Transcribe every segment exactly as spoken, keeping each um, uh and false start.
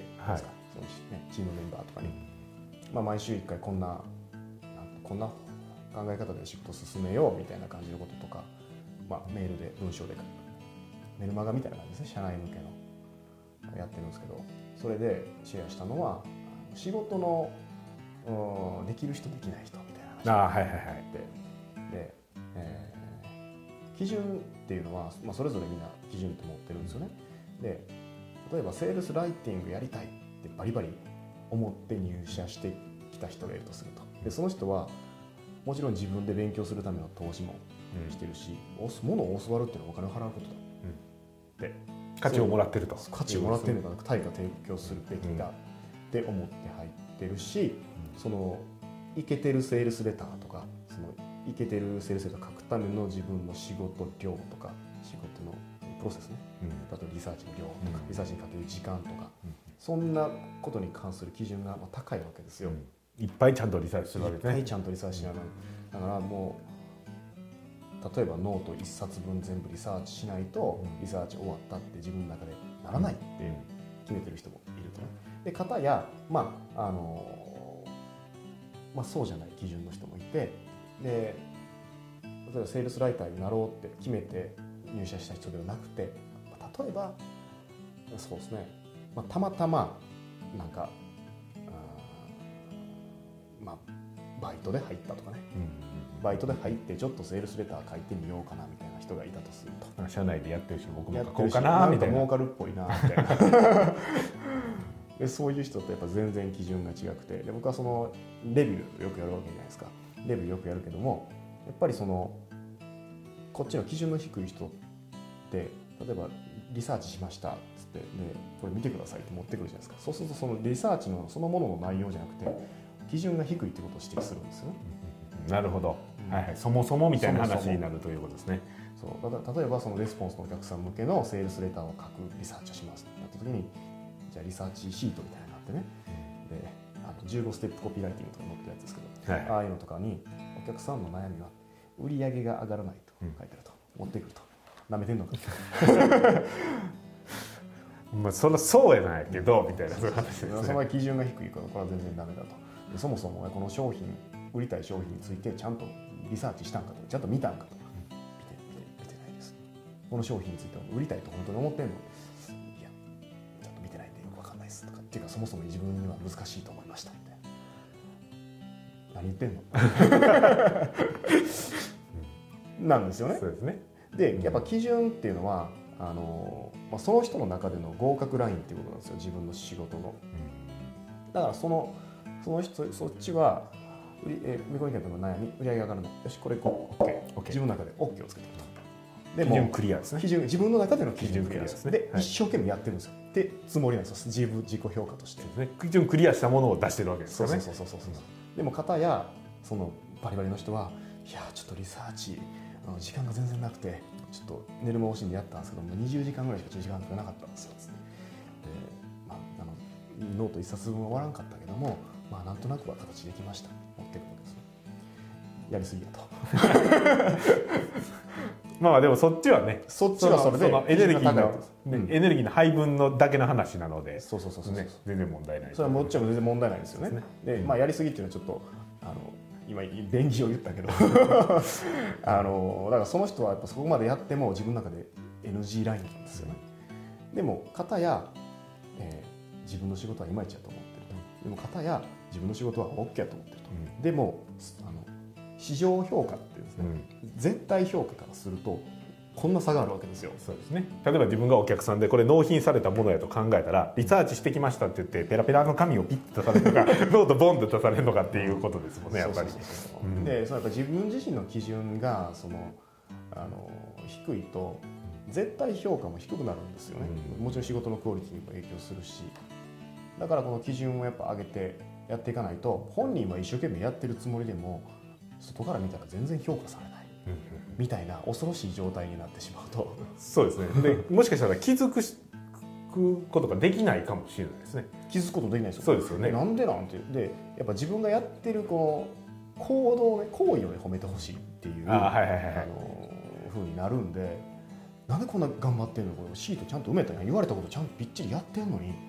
ですか、はい、そのね、チームメンバーとかに、まあ、毎週いっかいこんなこんな考え方で仕事を進めようみたいな感じのこととか、まあ、メールで文章でメルマガみたいな感じですね、社内向けのやってるんですけど、それでシェアしたのは仕事のできる人できない人みたいな話があって、はいはいはい、で、えー、基準っていうのは、まあ、それぞれみんな基準って持ってるんですよね。で、例えばセールスライティングやりたいってバリバリ思って入社してきた人がいるとすると、でその人はもちろん自分で勉強するための投資もしてるし、うん、物を教わるっていうのはお金を払うことだ、うん、で価値をもらってると、 価値をもらってるのか対価提供するべきだって思って入ってるし、うん、そのイケてるセールスレターとか、そのイケてるセールスレターを書くための自分の仕事量とか仕事のプロセスね、うん、例えばリサーチの量とか、うん、リサーチにかける時間とか、うん、そんなことに関する基準が高いわけですよ、 うん、いっぱいちゃんとリサーチするわけですね。 いっぱいちゃんとリサーチしながら、だからもう例えばノートいっさつぶん全部リサーチしないとリサーチ終わったって自分の中でならないって決めてる人もいるとね。で片や、まああのまあ、そうじゃない基準の人もいて、で例えばセールスライターになろうって決めて入社した人ではなくて、例えばそうですね、まあ、たまたまなんかまあ、バイトで入ったとかね、うん、バイトで入ってちょっとセールスレター書いてみようかなみたいな人がいたとすると、 社内でやってるし僕も書こうかなみたいな、 儲かるっぽいなみたいなでそういう人とやっぱ全然基準が違くて、で僕はそのレビューよくやるわけじゃないですか。レビューよくやるけども、やっぱりそのこっちの基準の低い人って例えばリサーチしましたっつってでこれ見てくださいって持ってくるじゃないですか。そうするとそのリサーチのそのものの内容じゃなくて基準が低いってことを指摘するんですよね。 なるほど、うん、はいはい、そもそもみたいな話になるということですね。 そうだから例えばそのレスポンスのお客さん向けのセールスレターを書くリサーチをしますってなった時に、じゃあリサーチシートみたいなのがあってね、うん、であのじゅうごステップコピーライティングとか載ってるやつですけど、はい、ああいうのとかにお客さんの悩みは売り上げが上がらないと書いてあると、うん、持ってくるとなめてんのかまあそりゃそうやないけどみたいなそういう話ですね。 その基準が低いからこれは全然ダメだと。そもそもこの商品売りたい商品についてちゃんとリサーチしたんかと、ちゃんと見たんかと、見て見て見てないです。この商品については売りたいと本当に思ってんの？いやちゃんと見てないんでよくわかんないですとかっていうか、そもそも自分には難しいと思いましたみたいな。何言ってんの？なんですよね。 そうですね。 でやっぱ基準っていうのはあの、まあ、その人の中での合格ラインっていうことなんですよ、自分の仕事の。だからそのその人そっちは売りえ見込み客の悩み売り上げ上がらない、よしこれこう OK、自分の中で OK をつけてると。 でも基準クリアですね。 基準自分の中での基準クリアですね。 で、はい、一生懸命やってるんですよってつもりなんですよ、自分自己評価として、 ね、基準クリアしたものを出してるわけですよね。 そうそうそうそうそう。でも片やそのバリバリの人はいやちょっとリサーチ時間が全然なくてちょっと寝る間惜しんでやったんですけどもにじゅうじかんぐらいしか時間がなかったんですよ。で、まあ、あのノートいっさつぶんは終わらんかったけども、まあ、なんとなくは形できました。持っていくわけですよ。やりすぎやとまあでもそっちはね、 そっちはそれでそのエネルギーの、 うん、 エネルギーの配分のだけの話なので、 そうそうそうそう、 ね、全然問題ない。 それはもちろん全然問題ないですよね。で、まあ、やりすぎっていうのはちょっとあの今便宜を言ったけどあのだからその人はやっぱそこまでやっても自分の中で エヌジー ラインなんですよね。でも片や、えー、自分の仕事はいまいちやと思ってると。でも片や自分の仕事は OK やと思ってると。うん、でもあの市場評価ってですね、うん、絶対評価からするとこんな差があるわけですよ。 そうですね。例えば自分がお客さんでこれ納品されたものやと考えたら、リサーチしてきましたって言ってペラペラの紙をピッと出されるのかノートボンと出されるのかっていうことですもんね、やっぱり。 で、そのやっぱ自分自身の基準がそのあの低いと絶対評価も低くなるんですよね。うん、もちろん仕事のクオリティにも影響するし、だからこの基準をやっぱ上げてやっていかないと、本人は一生懸命やってるつもりでも外から見たら全然評価されないみたいな恐ろしい状態になってしまうとそうですね。でもしかしたら気づくことができないかもしれないですね。 気づくことできないですよ。 そうですよね。 なんでなんてでやっぱ自分がやってるこの行動ね、行為を、ね、褒めてほしいっていうふうになるんで、なんでこんな頑張ってんの、これシートちゃんと埋めたやん、言われたことちゃんとびっちりやってんのに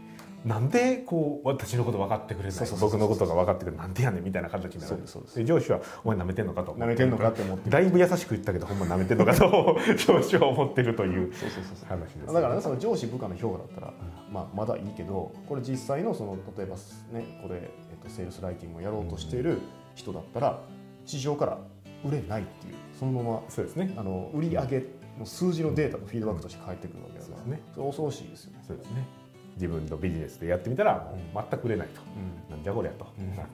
なんでこう私のこと分かってくれない、僕のことが分かってくれない、なんでやねんみたいな形になる。で上司はお前なめてんのかと、 なめてんのかって思って、 だいぶ優しく言ったけどほんまなめてんのかと上司は思ってるという話です。 だからね、その上司部下の評価だったら、まあ、まだいいけど、これ実際のその例えばね、これ、えっと、セールスライティングをやろうとしている人だったら市場から売れないっていう、そのままそうですね、 あの売り上げの数字のデータのフィードバックとして返ってくるわけだから、ね、それ恐ろしいですよね。 そうですね。自分のビジネスでやってみたらもう全く売れないと、うん、なんじゃこりゃとなって、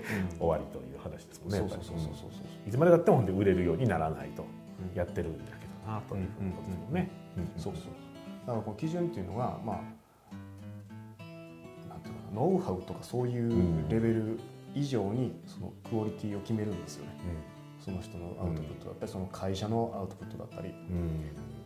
うん、終わりという話ですもんね。いつまでたってもほんで売れるようにならないとやってるんだけどなということですもんね。 そうそう。だからこの基準っていうのが、まあなんていうかな、ノウハウとかそういうレベル以上にそのクオリティを決めるんですよね。うん、その人のアウトプットだったり、その会社のアウトプットだったり。うん、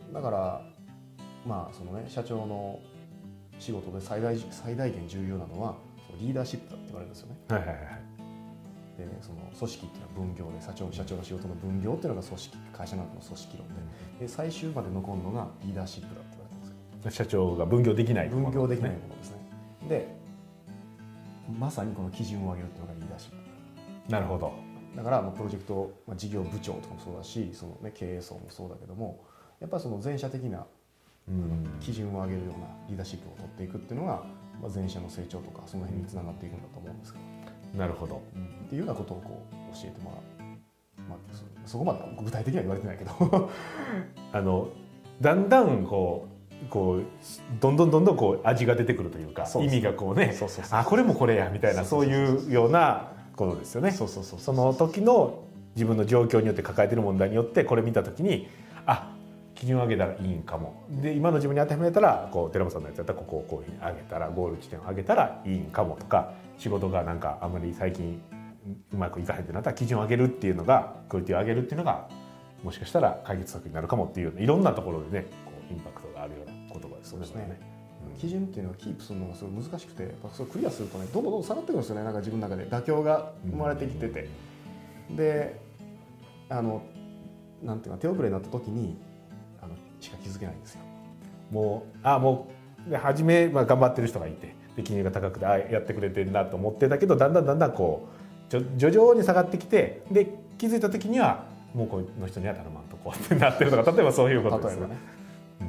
だからまあそのね、社長の仕事で最大最大限重要なのはリーダーシップだって言われるんですよね。はいはいはい。でその組織っていうのは分業で、社長社長の仕事の分業っていうのが組織、会社なんかの組織論で、で最終まで残るのがリーダーシップだって言われてるんですよ。 社長が分業できない分業できないものですね。でまさにこの基準を上げるっていうのがリーダーシップ。 なるほど。 だからプロジェクト、まあ、事業部長とかもそうだし、その、ね、経営層もそうだけども、やっぱりその全社的な基準を上げるようなリーダーシップを取っていくっていうのが、まあ、全社の成長とかその辺につながっていくんだと思うんですけど。 なるほど。 うん、っていうようなことをこう教えてもらう、まあ、そ, そこまで具体的には言われてないけどあのだんだんこうこうどんどんどんどんこう味が出てくるというか、意味がこうね、あこれもこれやみたいな、そういうようなことですよね。その時の自分の状況によって抱えている問題によってこれ見た時に、あ基準を上げたらいいんかも、で今の自分に当てはめたらこう寺本さんのやつやったらここをこういうふうに上げたらゴール地点を上げたらいいんかもとか、仕事がなんかあんまり最近うまくいかへんってなったら基準を上げるっていうのが、クオリティを上げるっていうのがもしかしたら解決策になるかもっていう、いろんなところでねこうインパクトがあるような言葉ですよね。そうですね。 うん、基準っていうのはキープするのがすごい難しくて、やっぱそれクリアするとね、どんどんどんどん下がってくるんですよね。なんか自分の中で妥協が生まれてきてて、うん、であのなんていうか手遅れになった時にあのしか気づけないんですよ。もうあもうで初め、まあ、頑張ってる人がいて、で金利が高くてあやってくれてるなと思ってたけど、だんだんだんだんこう徐々に下がってきて、で気づいた時にはもうこの人には頼まんとこうってなってるとか、例えばそういうことですよね。うん、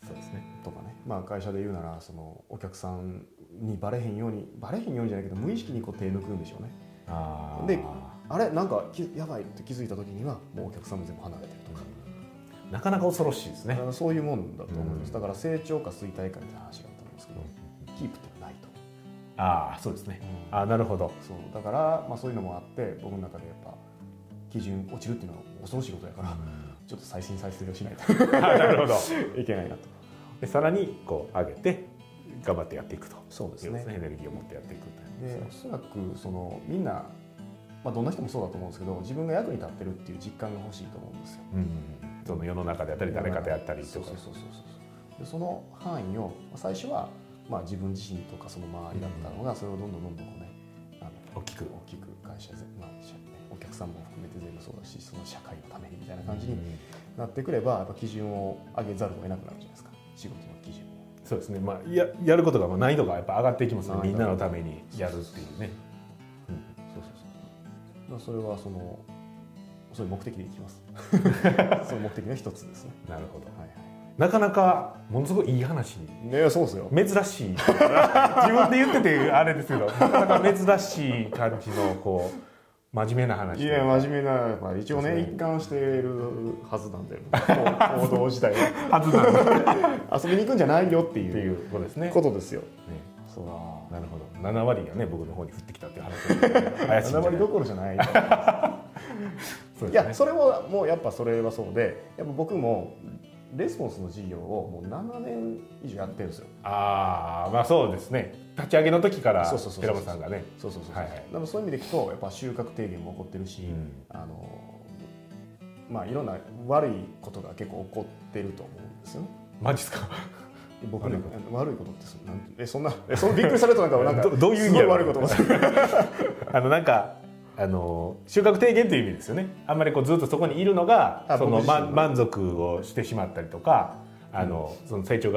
そうですね。とかね、まあ、会社で言うならそのお客さんにバレへんようにバレへんようにじゃないけど無意識にこう手抜くんでしょうね。あであれなんかやばいって気づいた時にはもうお客さんも全部離れてるとか、うん、なかなか恐ろしいですね。そういうもんだと思います。だから成長か衰退かみたいな話があったと思うんですけど、うん、キープってないと。ああそうですね。うん、あなるほど。そうだから、まあ、そういうのもあって僕の中でやっぱ基準落ちるっていうのは恐ろしいことやから、うん、ちょっと再審再生をしないとなるほどいけないなと。でさらにこう上げて頑張ってやっていくと。そうですね。エネルギーを持ってやっていくで、おそらくそのみんな、まあ、どんな人もそうだと思うんですけど、自分が役に立ってるっていう実感が欲しいと思うんですよ。うん、その世の中であったり誰かであったりとか。そうそうそうそう。でその範囲を最初はまあ自分自身とかその周りだったのが、それをどんどんどんどんこうね、あの大きく大きく会社で、まあお客さんも含めて全部そうだし、その社会のためにみたいな感じになってくれば、やっぱ基準を上げざるを得なくなるじゃないですか、仕事の基準。そうですね。まあ や, やることが難易度がやっぱ上がっていきますね。みんなのためにやるっていうね。うん、そうそうそう。まあそれはそのそういう目的でいきます。その目的の一つですね。なるほど。はいはい。なかなかものすごいいい話に。ね、そうですよ。珍しい。自分で言っててあれですけど、なかなか珍しい感じのこう。真面目な話。いや真面目な、まあ、一応ね一貫しているはずなんだよ。行動自体ははずなんで遊びに行くんじゃないよっていうっていうことですね。ことですよ。ね、そうなるほど。なな割がね僕の方に降ってきたっていう話。怪しいなな割どころじゃない。そうですね、いやそれももうやっぱそれはそうで、やっぱ僕もレスポンスの事業をもうななねん以上やってるんですよ。ああまあそうですね。立ち上げの時から寺本さんがね。そうそうそうそう。でもそういう意味でいくとやっぱ収穫低減も起こってるし、うん、あのまあいろんな悪いことが結構起こってると思うんですよね。マジですか。僕ね悪いことってなんてえそんなえそのびっくりされたのかなんか ど, どういう意味やろ悪いことあのなんか。あの収穫低減という意味ですよね。あんまりこうずっとそこにいるのがその、ま、満足をしてしまったりとか、あの、うん、その成長が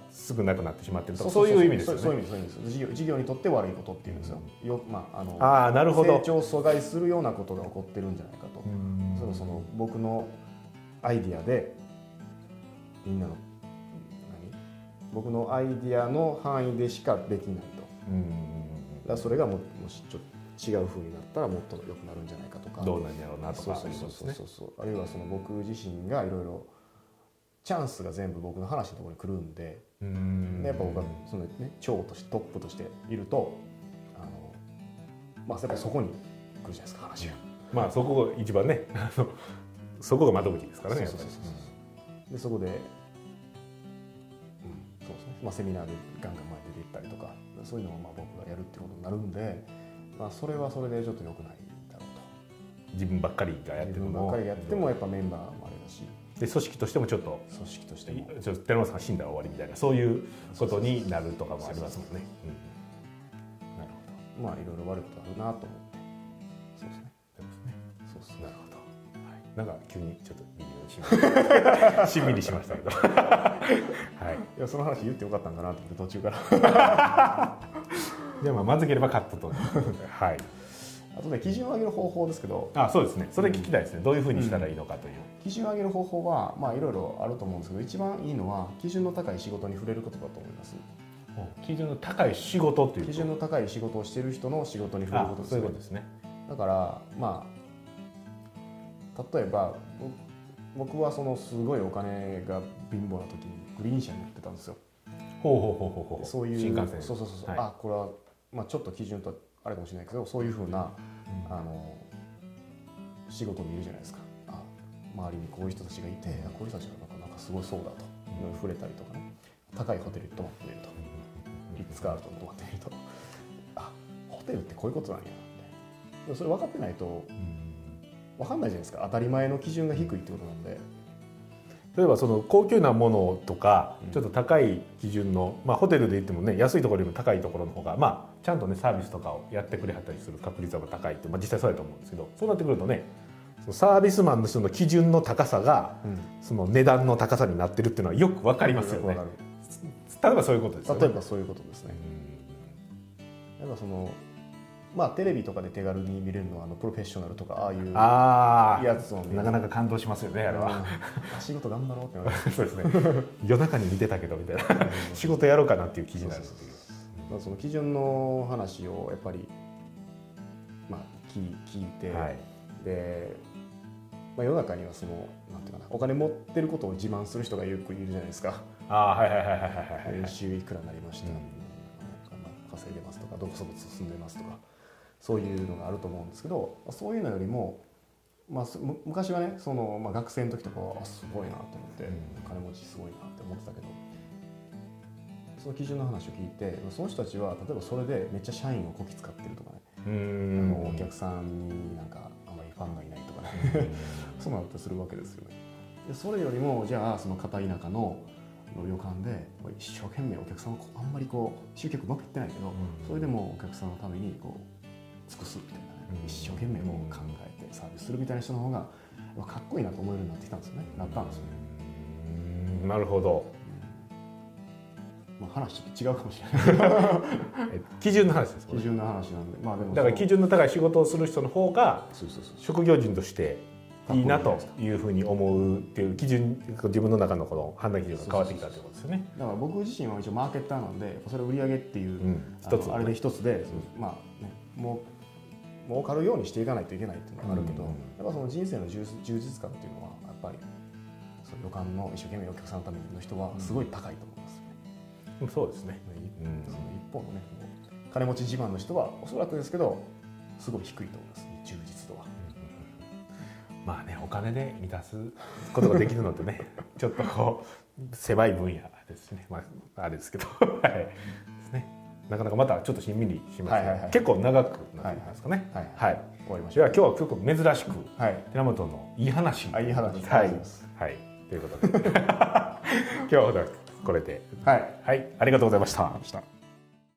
すぐなくなってしまってるとか、そういう意味ですよね。 そういう意味、そういう意味です。事業、事業にとって悪いことっていうんですよ。よ、まあ、あのああ、なるほど。 成長を阻害するようなことが起こってるんじゃないかと。そのその僕のアイディアでみんなの何僕のアイディアの範囲でしかできないと。うんだからそれがももしちょっと違う風になったらもっと良くなるんじゃないかとか。 どうなんやろうなとか。 そうそうそうそうそう。あるいはその僕自身がいろいろチャンスが全部僕の話のところに来るんで、うんでやっぱ僕はそのね長としてトップとしていると、あのまあやっぱりそこに来るじゃないですか話が。 まあそこが一番ね、そこが窓口ですからね。 そうそうそうそう。でそこで、うん、そうですね。まあセミナーでガンガン前に出ていったりとか、そういうのをまあ僕がやるっていうことになるんで、まあそれはそれでちょっと良くないだろうと。 自分ばっかりがやっても、 自分ばっかりやってもやっぱメンバーもあれだし。 で組織としてもちょっと組織としてもちょっと寺本さんが死んだら終わりみたいなそういうことになるとかもありますもんね。 なるほど。まあいろいろ悪いことあるなと思って。そうですね。 そうですね。なるほど。はい。なんか急にちょっと右のしんみりしましたけど。はい。 いやその話言ってよかったんかなと思って途中から。 でもまずければカットと。はい。 あとね基準を上げる方法ですけど、 あ、そうですね。それ聞きたいですね。うん、どういうふうにしたらいいのかという。 基準を上げる方法はまあいろいろあると思うんですけど、一番いいのは基準の高い仕事に触れることだと思います。 基準の高い仕事っていうと。 基準の高い仕事をしている人の仕事に触れることですね。 そういうことですね。 だからまあ例えば僕はそのすごいお金が貧乏な時にグリーン車に乗ってたんですよ。 ほうほうほうほうほう。 そういう新幹線。 そうそうそうそう。はい、あ、これはまあちょっと基準とあれかもしれないけど、そういうふうな、うん、あの仕事を見るじゃないですか。あ、周りにこういう人たちがいて、こういう人たちがなんかすごいそうだと、うん、触れたりとかね、高いホテルに泊まってみると、リッツ・カールトンに泊まってみると、あ、ホテルってこういうことなんやって。でもそれ分かってないと分かんないじゃないですか。当たり前の基準が低いってことなんで。 例えばその高級なものとかちょっと高い基準の、まあ、ホテルで言ってもね安いところよりも高いところの方が、まあ、ちゃんとねサービスとかをやってくれはったりする確率は高いって、まあ、実際そうだと思うんですけど、そうなってくるとねそのサービスマンの人の基準の高さが、うん、その値段の高さになってるっていうのはよく分かりますよね。例えばそういうことですよね。 例えばそういうことですね。やっぱそのまあテレビとかで手軽に見れるのはあのプロフェッショナルとかああいうやつをなかなか感動しますよねあれは。 仕事頑張ろうってなる。 そうですね。夜中に見てたけどみたいな仕事やろうかなっていう記事になるっていう。 まあその基準の話をやっぱりまあ聞いて、はい、で、まあ、世の中にはそのなんていうかなお金持ってることを自慢する人がよくいるじゃないですか。 ああはいはいはいはいはいはい。 年収いくらになりました。うん、稼いでますとかどこそこ進んでますとか。そういうのがあると思うんですけど、そういうのよりも、まあ、昔はねその、まあ、学生の時とかはあすごいなと思って、うん、金持ちすごいなって思ってたけど、その基準の話を聞いてその人たちは例えばそれでめっちゃ社員をこき使ってるとかね、うん、あのお客さんになんかあんまりファンがいないとかねそうなったりするわけですよね。でそれよりもじゃあその片田舎のの旅館で一生懸命お客さんをあんまりこう集客うまくいってないけど、うん、それでもお客さんのためにこう尽くすみたいなね、うん、一生懸命もう考えてサービスするみたいな人の方がかっこいいなと思えるようになってきたんですよね。なったんですよね。 うん、なるほど。 うん、まあ話ちょっと違うかもしれない基準の話です。 基準の話なんで、まあでもだから基準の高い仕事をする人の方が職業人としていいなというふうに思うっていう基準、自分の中のこの判断基準が変わってきたということですよね。 だから僕自身は一応マーケッターなんで、それ売り上げっていう、うん、一つあれで一つで、うん、まあねもう儲かるようにしていかないといけないっていうのがあるけど、うん、やっぱその人生の充実感っていうのはやっぱりその旅館の一生懸命お客さんのための人はすごい高いと思いますよね。 うん、そうですね。 うん、その一方のね金持ち自慢の人はおそらくですけどすごい低いと思いますね、充実度は。 まあね、お金で満たすことができるのってねちょっとこう狭い分野ですね。まああれですけどはいですね。なかなかまたちょっとしんみりしますね、はいはいはい、結構長くなってますかね。はい、はいはい、終わりましょう。では今日は結構珍しく、はい、寺本のいい話あいい話はい、はい、ということで今日はこれで、はい、はい、ありがとうございました。